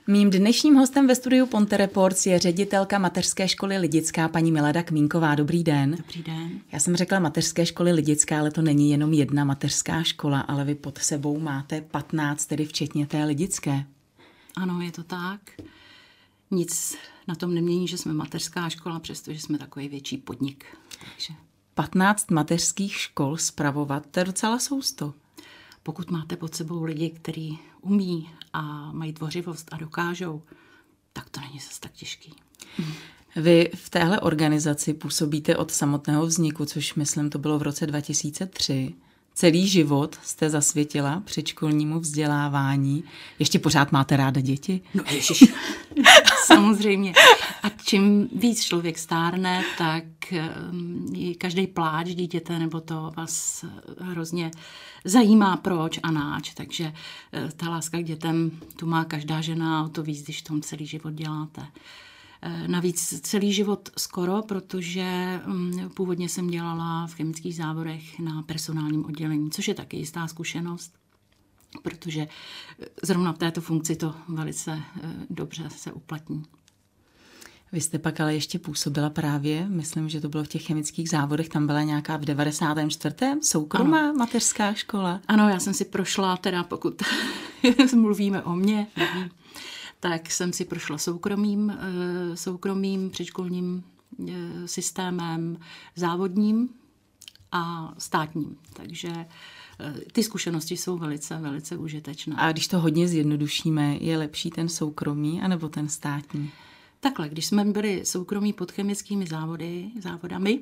Mým dnešním hostem ve studiu Ponte Reports je ředitelka mateřské školy Lidická paní Milada Kmínková. Dobrý den. Dobrý den. Já jsem řekla mateřské školy Lidická, ale to není jenom jedna mateřská škola, ale vy pod sebou máte 15, tedy včetně té Lidické. Ano, je to tak. Nic na tom nemění, že jsme mateřská škola, přestože jsme takový větší podnik. Takže 15 mateřských škol spravovat, to je docela sousto. pokud máte pod sebou lidi, kteří umí a mají tvořivost a dokážou, tak to není zase tak těžký. Vy v téhle organizaci působíte od samotného vzniku, což myslím, to bylo v roce 2003. Celý život jste zasvětila předškolnímu vzdělávání. Ještě pořád máte ráda děti? No ježiš, samozřejmě. A čím víc člověk stárne, tak každý pláč dítěte nebo to vás hrozně zajímá proč a náč. Takže ta láska k dětem tu má každá žena, o to víc, když tom celý život děláte. Navíc celý život skoro, protože původně jsem dělala v chemických závodech na personálním oddělení, což je taky jistá zkušenost, protože zrovna v této funkci to velice dobře se uplatní. Vy jste pak ale ještě působila právě, myslím, že to bylo v těch chemických závodech, tam byla nějaká v 94. soukromá mateřská škola. Ano, já jsem si prošla, teda pokud mluvíme o mně, tak jsem si prošla soukromým předškolním systémem, závodním a státním. Takže ty zkušenosti jsou velice, velice užitečné. A když to hodně zjednodušíme, je lepší ten soukromý anebo ten státní? Takhle, když jsme byli soukromí pod chemickými závodami,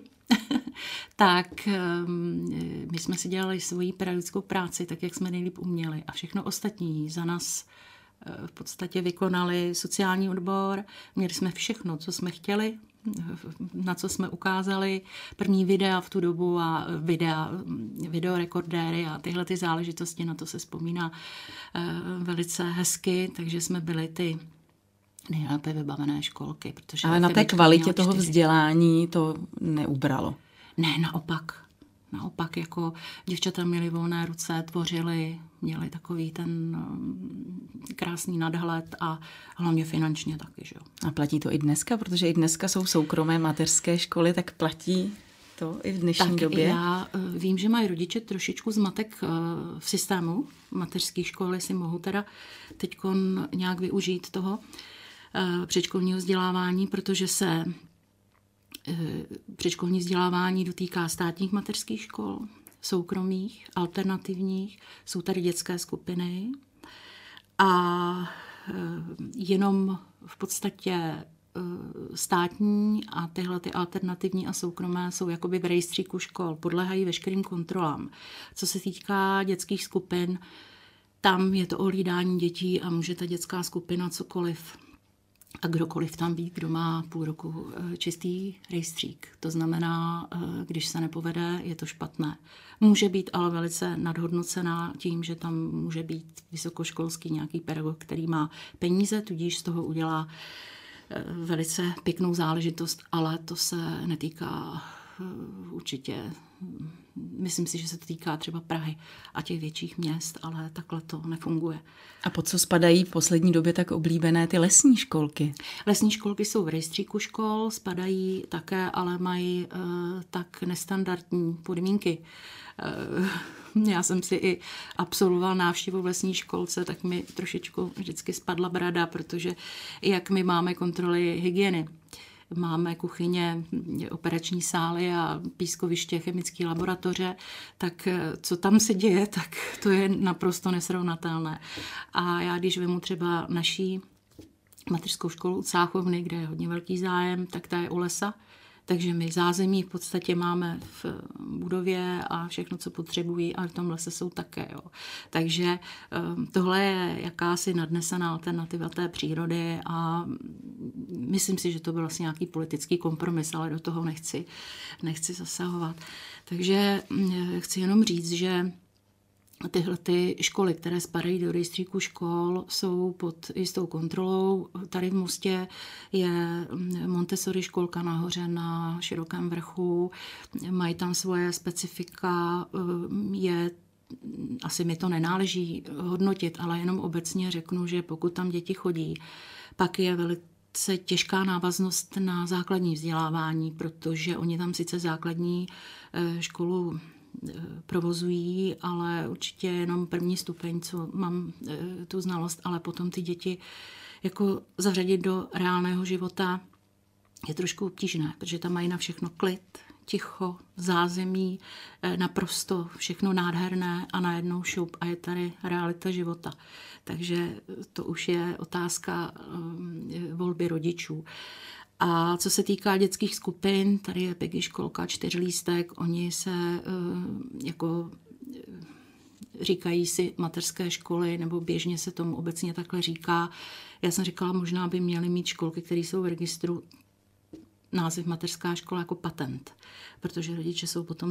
tak my jsme si dělali svoji pedagogickou práci tak, jak jsme nejlíp uměli. A všechno ostatní za nás v podstatě vykonali sociální odbor. Měli jsme všechno, co jsme chtěli, na co jsme ukázali. První videa v tu dobu a videorekordéry a tyhle ty záležitosti, na to se vzpomíná velice hezky, takže jsme byli ty nejlépe vybavené školky. Protože ale na té kvalitě toho vzdělání to neubralo. Ne, naopak, jako děvčata měly volné ruce, tvořily, měly takový ten krásný nadhled a hlavně finančně taky, že jo. A platí to i dneska, protože i dneska jsou soukromé mateřské školy, tak platí to i v dnešní době? Já vím, že mají rodiče trošičku zmatek v systému mateřských škol, jestli mohu teda teďkon nějak využít toho předškolního vzdělávání, protože se předškolní vzdělávání dotýká státních mateřských škol, soukromých, alternativních, jsou tady dětské skupiny a jenom v podstatě státní a tyhle ty alternativní a soukromé jsou jakoby v rejstříku škol, podléhají veškerým kontrolám. Co se týká dětských skupin, tam je to o hlídání dětí a může ta dětská skupina cokoliv a kdokoliv tam být, kdo má půl roku čistý rejstřík. To znamená, když se nepovede, je to špatné. Může být ale velice nadhodnocená tím, že tam může být vysokoškolský nějaký pedagog, který má peníze, tudíž z toho udělá velice pěknou záležitost, ale to se netýká určitě. Myslím si, že se to týká třeba Prahy a těch větších měst, ale takhle to nefunguje. A pod co spadají v poslední době tak oblíbené ty lesní školky? Lesní školky jsou v rejstříku škol, spadají také, ale mají tak nestandardní podmínky. Já jsem si i absolvoval návštěvu v lesní školce, tak mi trošičku vždycky spadla brada, protože jak my máme kontroly hygieny, máme kuchyně, operační sály a pískoviště, chemické laboratoře, tak co tam se děje, tak to je naprosto nesrovnatelné. A já když vemu třeba naší mateřskou školu Cáchovny, kde je hodně velký zájem, tak ta je u lesa, takže my zázemí v podstatě máme v budově a všechno, co potřebují, a v tom lese jsou také. Jo. Takže tohle je jakási nadnesená alternativa té přírody a myslím si, že to byl vlastně nějaký politický kompromis, ale do toho nechci zasahovat. Takže chci jenom říct, že tyhle ty školy, které spadají do rejstříku škol, jsou pod jistou kontrolou. Tady v Mostě je Montessori školka nahoře na Širokém vrchu, mají tam svoje specifika, je asi mi to nenáleží hodnotit, ale jenom obecně řeknu, že pokud tam děti chodí, pak je velice těžká návaznost na základní vzdělávání, protože oni tam sice základní školu provozují, ale určitě jenom první stupeň, co mám tu znalost, ale potom ty děti jako zařadit do reálného života je trošku obtížné, protože tam mají na všechno klid, ticho, zázemí, naprosto všechno nádherné a najednou šup a je tady realita života. Takže to už je otázka volby rodičů. A co se týká dětských skupin, tady je Peggy školka, 4lístek, oni se jako říkají si mateřské školy, nebo běžně se tomu obecně takhle říká. Já jsem říkala, možná by měly mít školky, které jsou v registru, název mateřská škola jako patent, protože rodiče jsou potom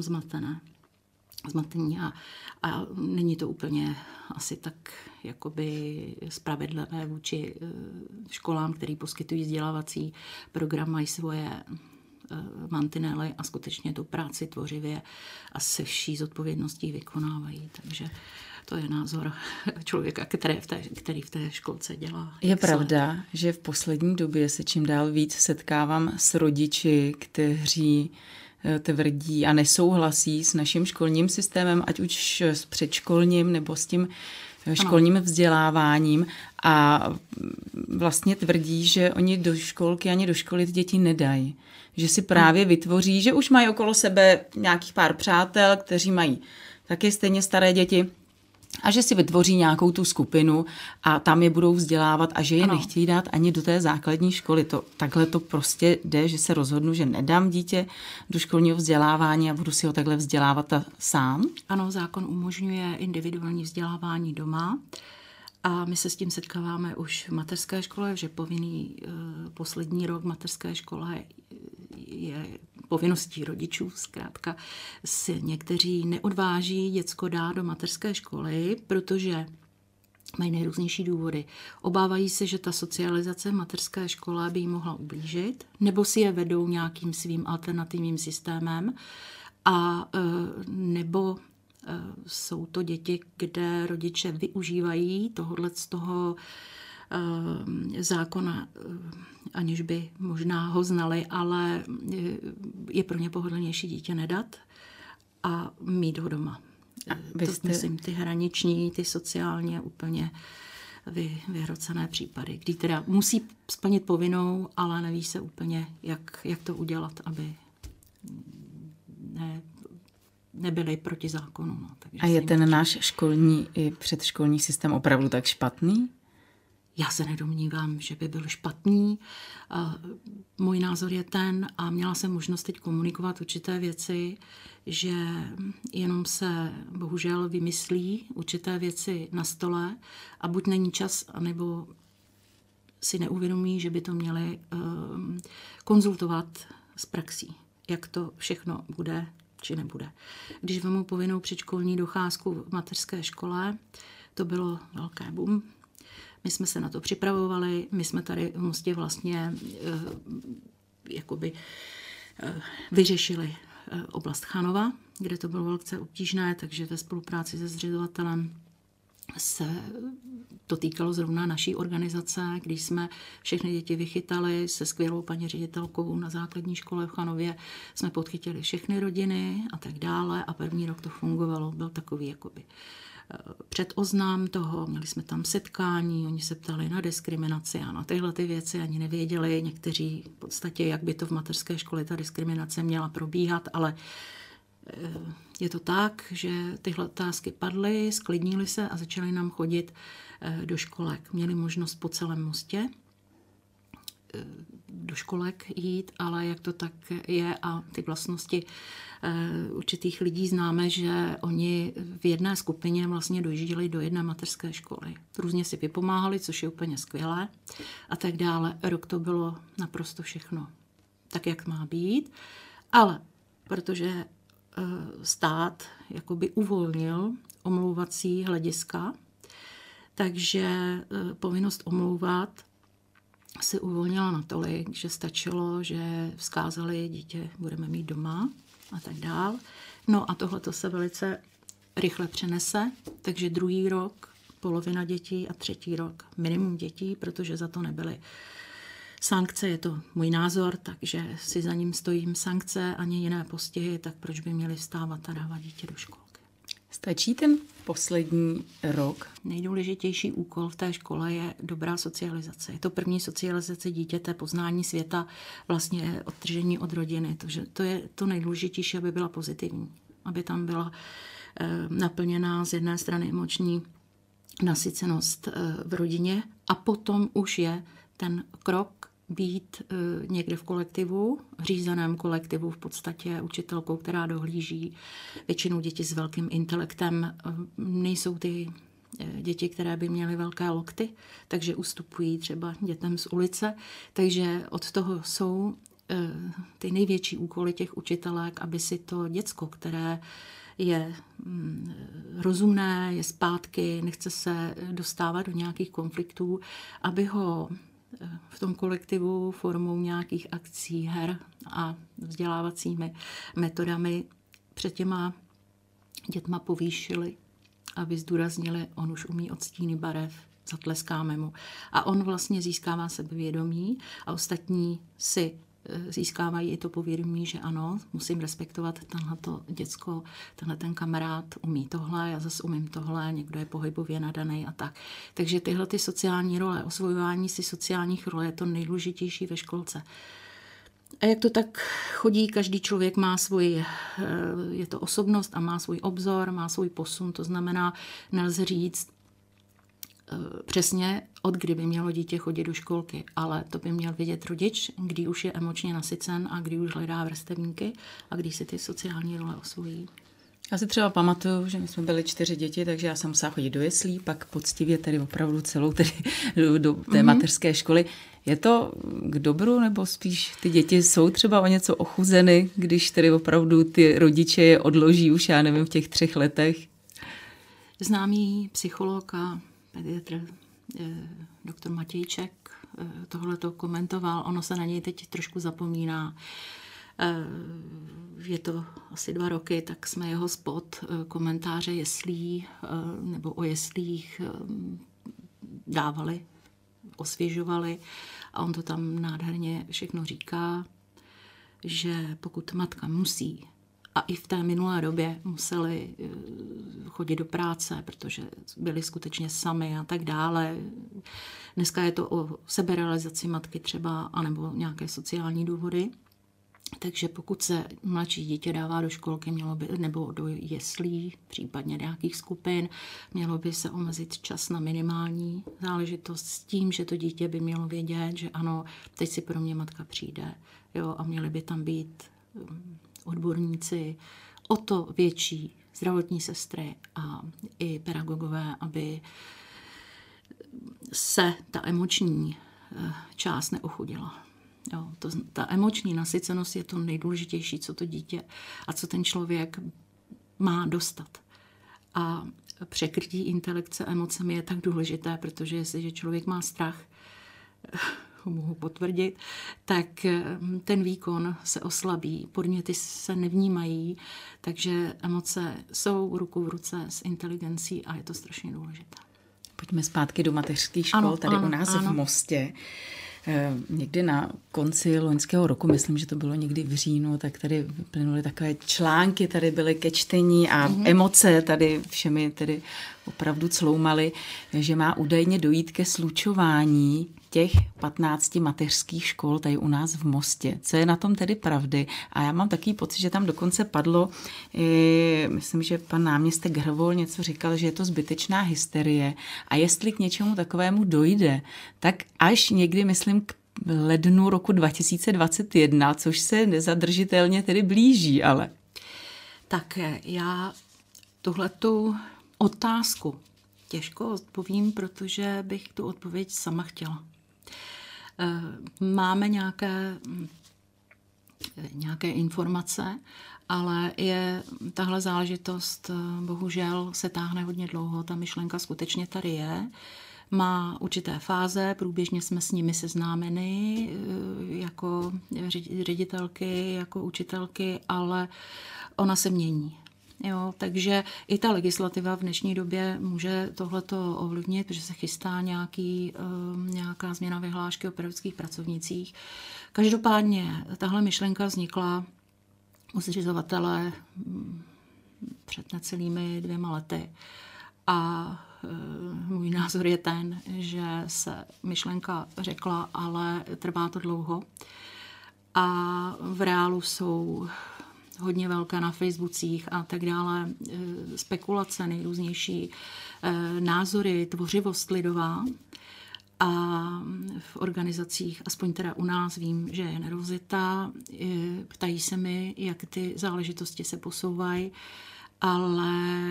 zmatení a není to úplně asi tak jakoby spravedlivé vůči školám, které poskytují vzdělávací program, mají svoje mantinely a skutečně tu práci tvořivě a se vší zodpovědností vykonávají. Takže to je názor člověka, který v té školce dělá. Je pravda, že v poslední době se čím dál víc setkávám s rodiči, kteří tvrdí a nesouhlasí s naším školním systémem, ať už s předškolním nebo s tím školním vzděláváním a vlastně tvrdí, že oni do školky ani do školy děti nedají. Že si právě vytvoří, že už mají okolo sebe nějakých pár přátel, kteří mají taky stejně staré děti a že si vytvoří nějakou tu skupinu a tam je budou vzdělávat a že je nechtějí dát ani do té základní školy. Takhle to prostě jde, že se rozhodnu, že nedám dítě do školního vzdělávání a budu si ho takhle vzdělávat sám. Ano, zákon umožňuje individuální vzdělávání doma a my se s tím setkáváme už v mateřské škole, že povinný poslední rok mateřské škole je povinností rodičů, zkrátka si někteří neodváží děcko dát do mateřské školy, protože mají nejrůznější důvody. Obávají se, že ta socializace v mateřské škole by jim mohla ublížit, nebo si je vedou nějakým svým alternativním systémem, a nebo jsou to děti, kde rodiče využívají tohohle z toho zákona, aniž by možná ho znali, ale je pro ně pohodlnější dítě nedat a mít ho doma. Myslím, ty hraniční, ty sociálně úplně vyhrocené případy, kdy teda musí splnit povinnou, ale neví se úplně, jak to udělat, aby nebyli proti zákonu. No. A je ten náš školní i předškolní systém opravdu tak špatný? Já se nedomnívám, že by byl špatný. Můj názor je ten, a měla jsem možnost teď komunikovat určité věci, že jenom se bohužel vymyslí určité věci na stole a buď není čas, anebo si neuvědomí, že by to měli konzultovat s praxí, jak to všechno bude či nebude. Když vemu povinnou předškolní docházku v mateřské škole, to bylo velké boom. My jsme se na to připravovali, my jsme tady v Mostě vlastně vyřešili oblast Chanova, kde to bylo velice obtížné, takže ve spolupráci se zřizovatelem se to týkalo zrovna naší organizace, když jsme všechny děti vychytali se skvělou paní ředitelkou na základní škole v Chanově, jsme podchytili všechny rodiny a tak dále a první rok to fungovalo, byl takový jakoby předoznám toho, měli jsme tam setkání, oni se ptali na diskriminaci a na tyhle ty věci, ani nevěděli někteří v podstatě, jak by to v mateřské škole ta diskriminace měla probíhat, ale je to tak, že tyhle otázky padly, sklidnili se a začali nám chodit do školek. Měli možnost po celém Mostě do školek jít, ale jak to tak je a ty vlastnosti určitých lidí známe, že oni v jedné skupině vlastně dojížděli do jedné mateřské školy. Různě si vypomáhali, což je úplně skvělé a tak dále. Rok to bylo naprosto všechno tak, jak má být, ale protože stát jakoby uvolnil omlouvací hlediska, takže povinnost omlouvat se uvolnila natolik, že stačilo, že vzkázali dítě budeme mít doma a tak dál. No a tohleto se velice rychle přenese, takže druhý rok polovina dětí a třetí rok minimum dětí, protože za to nebyly sankce, je to můj názor, takže si za ním stojím, sankce ani jiné postihy, tak proč by měli vstávat a dávat dítě do školky. Stačí ten poslední rok? Nejdůležitější úkol v té škole je dobrá socializace. Je to první socializace dítěte, poznání světa, vlastně odtržení od rodiny. To je to nejdůležitější, aby byla pozitivní. Aby tam byla naplněná z jedné strany emoční nasycenost v rodině a potom už je ten krok být někde v kolektivu, v řízeném kolektivu, v podstatě učitelkou, která dohlíží většinou děti s velkým intelektem. Nejsou ty děti, které by měly velké lokty, takže ustupují třeba dětem z ulice. Takže od toho jsou ty největší úkoly těch učitelek, aby si to děcko, které je rozumné, je zpátky, nechce se dostávat do nějakých konfliktů, aby ho v tom kolektivu formou nějakých akcí, her a vzdělávacími metodami před těma dětma povýšili, aby zdůraznili, on už umí odstíny barev, zatleskáme mu. A on vlastně získává sebevědomí a ostatní si získávají i to povědomí, že ano, musím respektovat tenhleto děcko, tenhle ten kamarád umí tohle, já zase umím tohle, někdo je pohybově nadaný a tak. Takže tyhle ty sociální role, osvojování si sociálních role je to nejdůležitější ve školce. A jak to tak chodí, každý člověk má svůj, je to osobnost a má svůj obzor, má svůj posun, to znamená, nelze říct přesně, od kdy by mělo dítě chodit do školky, ale to by měl vědět rodič, kdy už je emočně nasycen a kdy už hledá vrstevníky a kdy si ty sociální role osvojí. Já si třeba pamatuju, že my jsme byli 4 děti, takže já jsem musela chodit do jeslí, pak poctivě tedy opravdu celou tedy do té mateřské školy. Je to k dobru, nebo spíš ty děti jsou třeba o něco ochuzeny, když tedy opravdu ty rodiče je odloží už, já nevím, v těch 3 letech? Známý psycholog a pediatr doktor Matějček tohle to komentoval, ono se na něj teď trošku zapomíná. Je to asi 2 roky, tak jsme jeho spot komentáře jeslí nebo o jeslích dávali, osvěžovali a on to tam nádherně všechno říká, že pokud matka musí, a i v té minulé době museli chodit do práce, protože byli skutečně sami a tak dále. Dneska je to o seberealizaci matky třeba, anebo nějaké sociální důvody. Takže pokud se mladší dítě dává do školky, mělo by, nebo do jeslí, případně nějakých skupin, mělo by se omezit čas na minimální záležitost s tím, že to dítě by mělo vědět, že ano, teď si pro mě matka přijde, jo, a měly by tam být odborníci, o to větší zdravotní sestry a i pedagogové, aby se ta emoční část neochudila. Jo, ta emoční nasycenost je to nejdůležitější, co to dítě a co ten člověk má dostat. A překrytí intelekce emocemi je tak důležité, protože jestliže člověk má strach, mohu potvrdit, tak ten výkon se oslabí, podněty se nevnímají, takže emoce jsou ruku v ruce s inteligencí a je to strašně důležité. Pojďme zpátky do mateřských škol, tady u nás v Mostě. Někdy na konci loňského roku, myslím, že to bylo někdy v říjnu, tak tady vyplynuly takové články, tady byly ke čtení a emoce tady všemi tedy opravdu cloumaly, že má údajně dojít ke slučování těch 15 mateřských škol tady u nás v Mostě. Co je na tom tedy pravdy? A já mám takový pocit, že tam dokonce padlo, myslím, že pan náměstek Hrvol něco říkal, že je to zbytečná hysterie a jestli k něčemu takovému dojde, tak až někdy, myslím, k lednu roku 2021, což se nezadržitelně tedy blíží, ale. Tak já tuhletu otázku těžko odpovím, protože bych tu odpověď sama chtěla. Máme nějaké informace, ale tahle záležitost bohužel se táhne hodně dlouho, ta myšlenka skutečně tady je. Má určité fáze, průběžně jsme s nimi seznámeni jako ředitelky, jako učitelky, ale ona se mění. Jo, takže i ta legislativa v dnešní době může tohleto ovlivnit, protože se chystá nějaká změna vyhlášky o pedagogických pracovnicích. Každopádně tahle myšlenka vznikla u zřizovatele před necelými 2 lety. A můj názor je ten, že se myšlenka řekla, ale trvá to dlouho. A v reálu jsou hodně velké na Facebookích a tak dále spekulace, nejrůznější názory, tvořivost lidová. A v organizacích, aspoň teda u nás, vím, že je nervozita, ptají se mi, jak ty záležitosti se posouvají, ale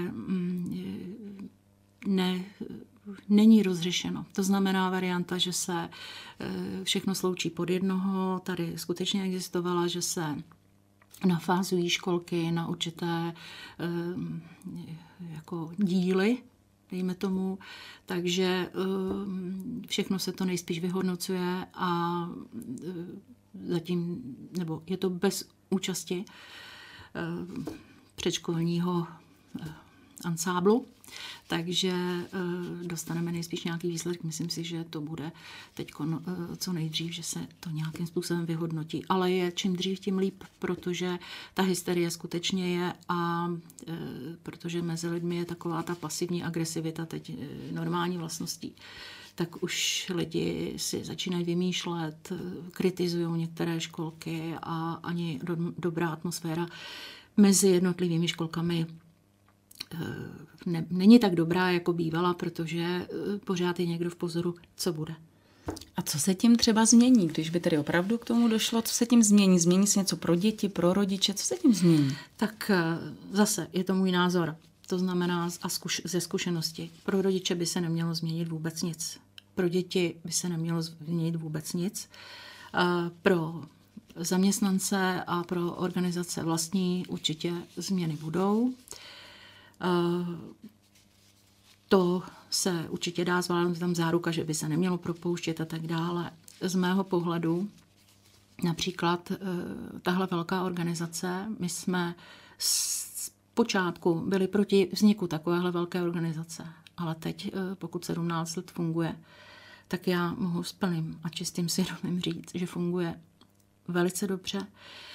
není rozřešeno. To znamená varianta, že se všechno sloučí pod jednoho. Tady skutečně existovala, že se nafázují školky na určité jako díly, dejme tomu, takže všechno se to nejspíš vyhodnocuje a zatím, nebo je to bez účasti předškolního ansáblu, takže dostaneme nejspíš nějaký výsledek. Myslím si, že to bude teď co nejdřív, že se to nějakým způsobem vyhodnotí. Ale je čím dřív, tím líp, protože ta hysterie skutečně je a protože mezi lidmi je taková ta pasivní agresivita teď normální vlastností, tak už lidi si začínají vymýšlet, kritizují některé školky a ani dobrá atmosféra mezi jednotlivými školkami není tak dobrá, jako bývala, protože pořád je někdo v pozoru, co bude. A co se tím třeba změní, když by tedy opravdu k tomu došlo? Co se tím změní? Změní se něco pro děti, pro rodiče? Co se tím změní? Tak zase je to můj názor. To znamená ze zkušenosti. Pro rodiče by se nemělo změnit vůbec nic. Pro děti by se nemělo změnit vůbec nic. Pro zaměstnance a pro organizace vlastní určitě změny budou. To se určitě dá zvládnout, tam záruka, že by se nemělo propouštět a tak dále. Z mého pohledu například tahle velká organizace, my jsme z počátku byli proti vzniku takovéhle velké organizace, ale teď, pokud 17 let funguje, tak já mohu s plným a čistým svědomím říct, že funguje velice dobře.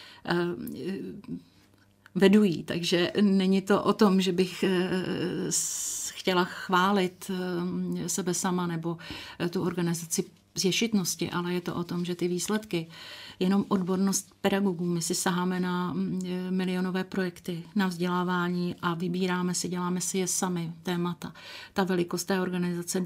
Vedují, takže není to o tom, že bych chtěla chválit sebe sama nebo tu organizaci z ješitnosti, ale je to o tom, že ty výsledky, jenom odbornost pedagogů, my si saháme na milionové projekty, na vzdělávání a vybíráme si, děláme si je sami témata. Ta velikost té organizace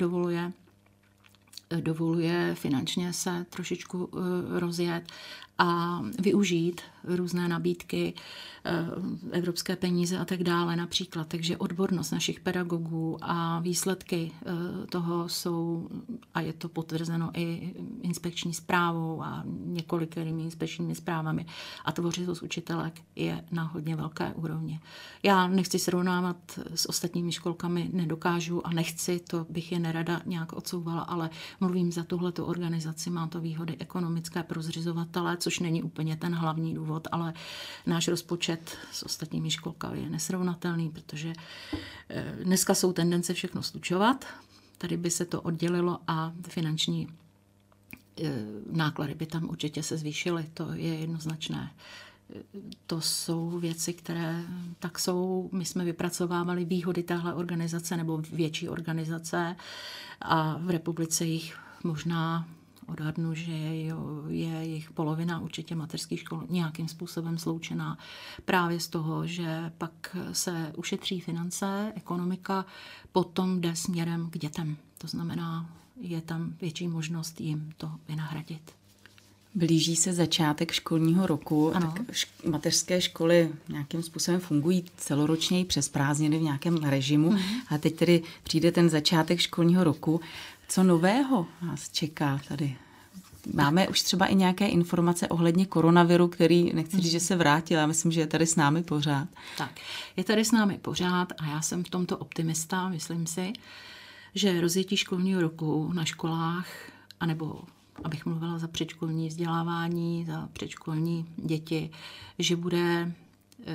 dovoluje finančně se trošičku rozjet a využít různé nabídky, evropské peníze a tak dále například. Takže odbornost našich pedagogů a výsledky toho jsou, a je to potvrzeno i inspekční zprávou a několikaými inspekčními zprávami, a tvořivost učitelek je na hodně velké úrovni. Já nechci srovnávat s ostatními školkami, nedokážu a nechci, to bych je nerada nějak odsouvala, ale mluvím za tuhletu organizaci, má to výhody ekonomické pro zřizovatele, což není úplně ten hlavní důvod, ale náš rozpočet s ostatními školkami je nesrovnatelný, protože dneska jsou tendence všechno slučovat, tady by se to oddělilo a finanční náklady by tam určitě se zvýšily, to je jednoznačné. To jsou věci, které tak jsou. My jsme vypracovávali výhody téhle organizace nebo větší organizace a v republice jich možná odhadnu, že je jich polovina určitě mateřských škol nějakým způsobem sloučená právě z toho, že pak se ušetří finance, ekonomika, potom jde směrem k dětem. To znamená, je tam větší možnost jim to vynahradit. Blíží se začátek školního roku, tak mateřské školy nějakým způsobem fungují celoročně i přes prázdniny v nějakém režimu. A teď tedy přijde ten začátek školního roku. Co nového nás čeká tady? Máme už třeba i nějaké informace ohledně koronaviru, který, nechci říct, že se vrátil, já myslím, že je tady s námi pořád. Tak, je tady s námi pořád a já jsem v tomto optimista, myslím si, že rozjetí školního roku na školách, anebo abych mluvila za předškolní vzdělávání, za předškolní děti, že bude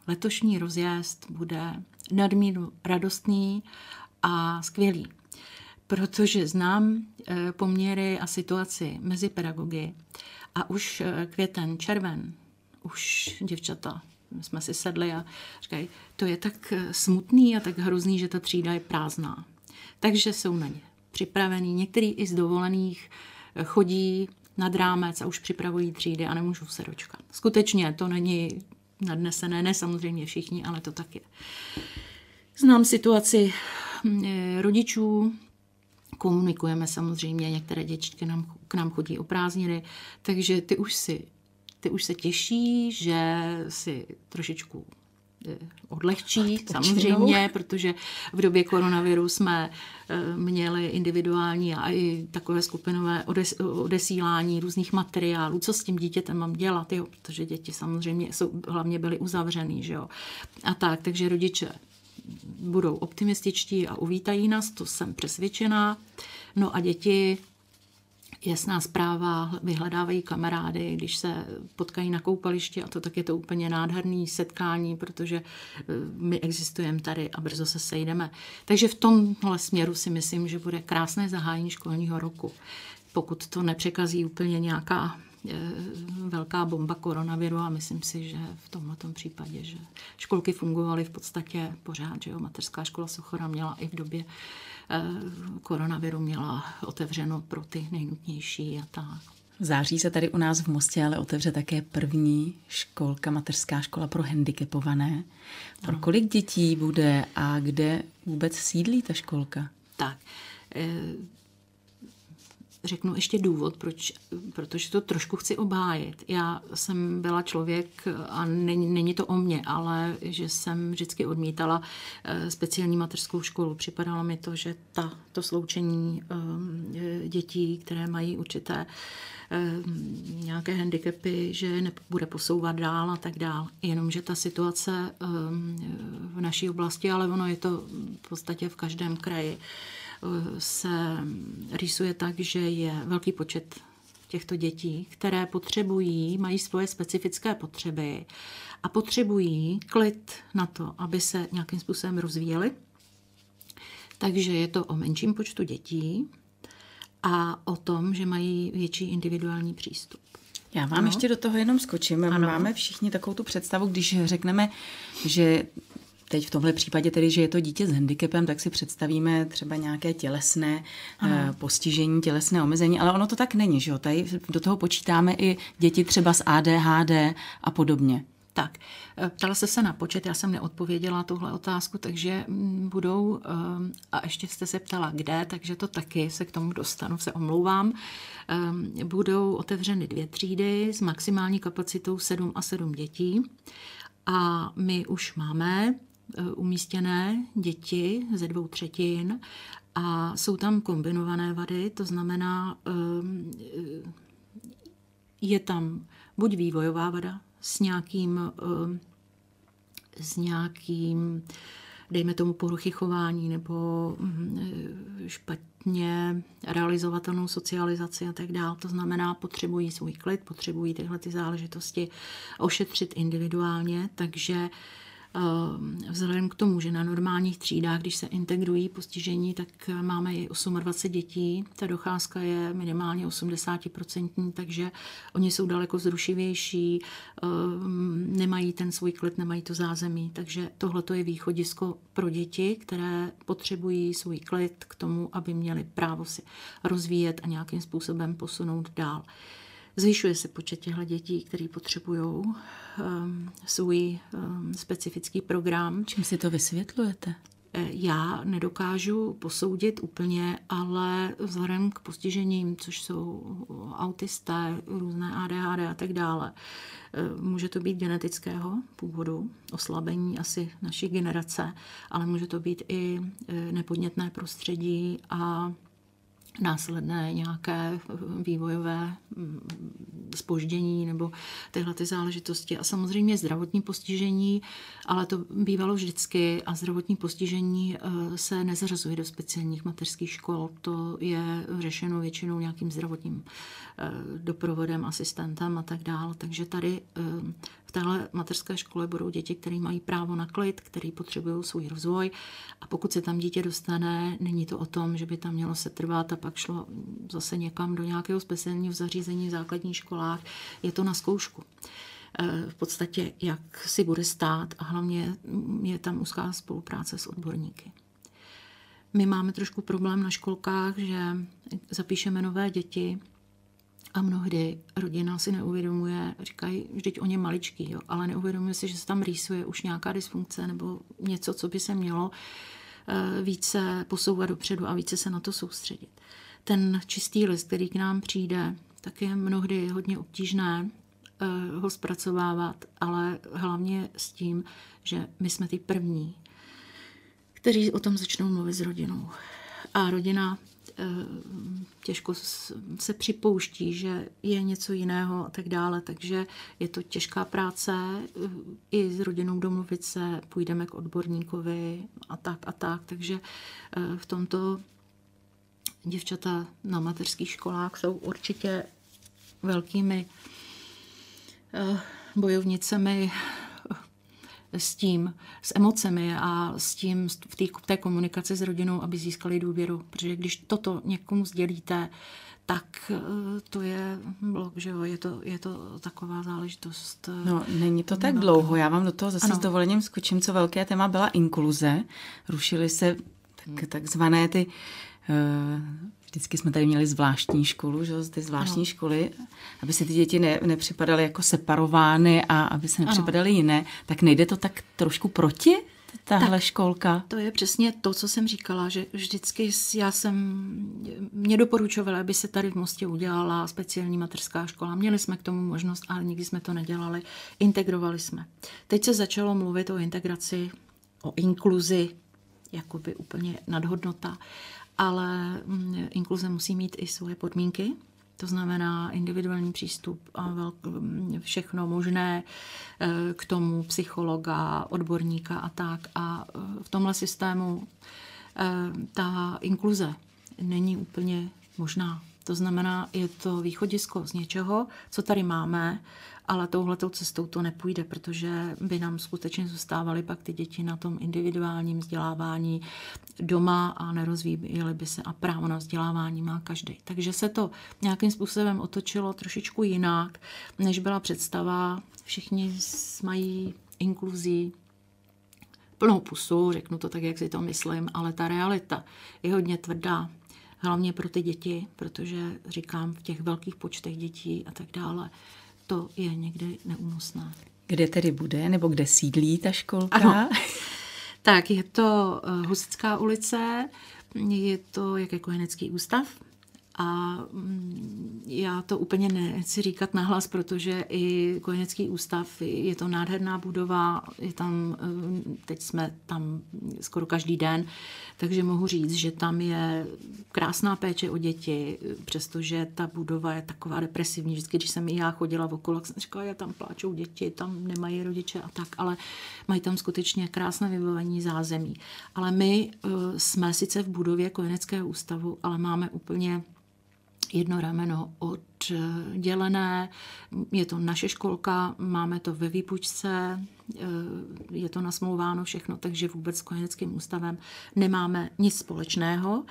letošní rozjezd bude nadmíru radostný a skvělý, protože znám poměry a situaci mezi pedagogy a už květen, červen, už děvčata, my jsme si sedli a říkají, to je tak smutný a tak hrozný, že ta třída je prázdná. Takže jsou na ně připravení. Některý i z dovolených chodí nad rámec a už připravují třídy a nemůžou se dočkat. Skutečně to není nadnesené, ne samozřejmě všichni, ale to tak je. Znám situaci rodičů, komunikujeme samozřejmě, některé děčky k nám chodí o prázdniny, takže ty už se těší, že si trošičku odlehčí, samozřejmě, protože v době koronaviru jsme měli individuální a i takové skupinové odesílání různých materiálů, co s tím dítětem mám dělat, jo, protože děti samozřejmě hlavně byly uzavřený, že jo. A takže rodiče budou optimističtí a uvítají nás, to jsem přesvědčená. No a děti, jasná zpráva, vyhledávají kamarády, když se potkají na koupališti a to tak je to úplně nádherný setkání, protože my existujeme tady a brzo se sejdeme. Takže v tomhle směru si myslím, že bude krásné zahájení školního roku. Pokud to nepřekazí úplně nějaká velká bomba koronaviru a myslím si, že v tomhletom případě, že školky fungovaly v podstatě pořád, že jo, mateřská škola Sochora měla i v době koronaviru měla otevřeno pro ty nejnutnější a tak. V září se tady u nás v Mostě ale otevře také první školka, mateřská škola pro handicapované. Pro kolik dětí bude a kde vůbec sídlí ta školka? Tak, řeknu ještě důvod, protože to trošku chci obhájit. Já jsem byla člověk, a není to o mně, ale že jsem vždycky odmítala speciální mateřskou školu. Připadalo mi to, že to sloučení dětí, které mají určité nějaké handicapy, že nebude posouvat dál a tak dál. Jenomže ta situace v naší oblasti, ale ono je to v podstatě v každém kraji, se rýsuje tak, že je velký počet těchto dětí, které mají svoje specifické potřeby a potřebují klid na to, aby se nějakým způsobem rozvíjely. Takže je to o menším počtu dětí a o tom, že mají větší individuální přístup. Já vám ještě do toho jenom skočím. Ano. Máme všichni takovou tu představu, když řekneme, že teď v tomhle případě tedy, že je to dítě s handicapem, tak si představíme třeba nějaké tělesné postižení, tělesné omezení, ale ono to tak není, že jo? Tady do toho počítáme i děti třeba s ADHD a podobně. Tak, ptala se na počet, já jsem neodpověděla tuhle otázku, takže budou, a ještě jste se ptala kde, takže to taky se k tomu dostanu, se omlouvám, budou otevřeny 2 třídy s maximální kapacitou 7 a 7 dětí a my už máme umístěné děti ze 2/3 a jsou tam kombinované vady, to znamená, je tam buď vývojová vada s nějakým, dejme tomu, poruchy chování nebo špatně realizovatelnou socializaci a tak dále. To znamená, potřebují svůj klid, potřebují tyhle ty záležitosti ošetřit individuálně, takže vzhledem k tomu, že na normálních třídách, když se integrují postižení, tak máme i 28 dětí. Ta docházka je minimálně 80%, takže oni jsou daleko zrušivější, nemají ten svůj klid, nemají to zázemí. Takže tohle je východisko pro děti, které potřebují svůj klid k tomu, aby měli právo si rozvíjet a nějakým způsobem posunout dál. Zvyšuje se počet těchto dětí, které potřebují svůj specifický program. Čím si to vysvětlujete? Já nedokážu posoudit úplně, ale vzhledem k postižením, což jsou autisté, různé ADHD a tak dále, může to být genetického původu, oslabení asi naší generace, ale může to být i nepodnětné prostředí a následné nějaké vývojové zpoždění nebo tyhle ty záležitosti. A samozřejmě zdravotní postižení, ale to bývalo vždycky a zdravotní postižení se nezařazuje do speciálních mateřských škol. To je řešeno většinou nějakým zdravotním doprovodem, asistentem a tak dále. Takže tady v téhle mateřské škole budou děti, které mají právo na klid, které potřebují svůj rozvoj a pokud se tam dítě dostane, není to o tom, že by tam mělo se trvat a pak šlo zase někam do nějakého speciálního zařízení v základních školách. Je to na zkoušku. V podstatě, jak si bude stát a hlavně je tam úzká spolupráce s odborníky. My máme trošku problém na školkách, že zapíšeme nové děti a mnohdy rodina si neuvědomuje, říkají, vždyť on je maličký, jo, ale neuvědomuje si, že se tam rýsuje už nějaká dysfunkce nebo něco, co by se mělo více posouvat dopředu a více se na to soustředit. Ten čistý list, který k nám přijde, tak je mnohdy hodně obtížné ho zpracovávat, ale hlavně s tím, že my jsme ty první, kteří o tom začnou mluvit s rodinou. A rodina těžko se připouští, že je něco jiného a tak dále, takže je to těžká práce i s rodinou domluvit se, půjdeme k odborníkovi a tak, takže v tomto děvčata na mateřských školách jsou určitě velkými bojovnicemi s emocemi a s tím v té komunikaci s rodinou, aby získali důvěru. Protože když toto někomu sdělíte, tak to je blok, že jo, je to taková záležitost. No, není to tak dlouho. Já vám do toho zase s dovolením skočím, co velké téma byla inkluze. Rušily se takzvané ty... Vždycky jsme tady měli zvláštní školu, že? Ty zvláštní školy, aby se ty děti nepřipadaly jako separovány a aby se nepřipadaly jiné, tak nejde to tak trošku proti tahle školka? To je přesně to, co jsem říkala, že vždycky mě doporučovala, aby se tady v Mostě udělala speciální mateřská škola. Měli jsme k tomu možnost, ale nikdy jsme to nedělali. Integrovali jsme. Teď se začalo mluvit o integraci, o inkluzi, jakoby úplně nadhodnota. Ale inkluze musí mít i svoje podmínky, to znamená individuální přístup a všechno možné k tomu, psychologa, odborníka a tak. A v tomhle systému ta inkluze není úplně možná. To znamená, je to východisko z něčeho, co tady máme, ale touhletou cestou to nepůjde, protože by nám skutečně zůstávaly pak ty děti na tom individuálním vzdělávání doma a nerozvíjely by se a právo na vzdělávání má každý. Takže se to nějakým způsobem otočilo trošičku jinak, než byla představa. Všichni mají inkluzí plnou pusu, řeknu to tak, jak si to myslím, ale ta realita je hodně tvrdá. Hlavně pro ty děti, protože říkám, v těch velkých počtech dětí a tak dále, to je někdy neúnosné. Kde tedy bude, nebo kde sídlí ta školka? Ano. Tak, je to Husitská ulice, je to jak kojenecký ústav a já to úplně nechci říkat nahlas, protože i kojenecký ústav, je to nádherná budova, je tam, teď jsme tam skoro každý den, takže mohu říct, že tam je krásná péče o děti, přestože ta budova je taková depresivní. Vždycky, když jsem i já chodila okolo, tak jsem říkala, já tam pláčou děti, tam nemají rodiče a tak, ale mají tam skutečně krásné vybavení zázemí. Ale my jsme sice v budově kojeneckého ústavu, ale máme úplně jedno rameno oddělené, je to naše školka, máme to ve výpůjčce, je to nasmlouváno všechno, takže vůbec s kojeneckým ústavem nemáme nic společného.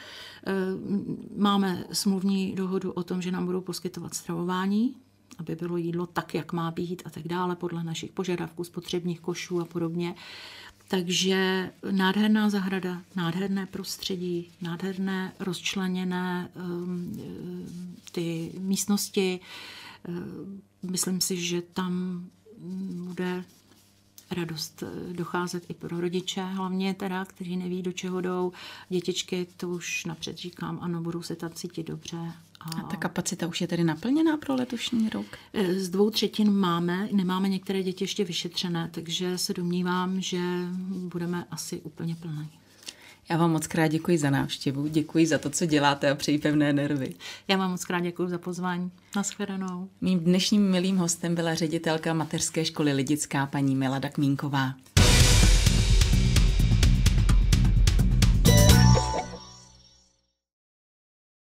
Máme smluvní dohodu o tom, že nám budou poskytovat stravování, aby bylo jídlo tak, jak má být a tak dále, podle našich požadavků, spotřebních košů a podobně. Takže nádherná zahrada, nádherné prostředí, nádherné rozčleněné ty místnosti. Myslím si, že tam bude radost docházet i pro rodiče, hlavně teda, kteří neví, do čeho jdou. Dětičky, to už napřed říkám, ano, budou se tam cítit dobře. A ta kapacita už je tedy naplněná pro letošní rok? Z 2/3 máme, nemáme některé děti ještě vyšetřené, takže se domnívám, že budeme asi úplně plní. Já vám moc krát děkuji za návštěvu, děkuji za to, co děláte a přeji pevné nervy. Já vám moc krát děkuji za pozvání. Nashledanou. Mým dnešním milým hostem byla ředitelka mateřské školy Lidická paní Milada Kmínková.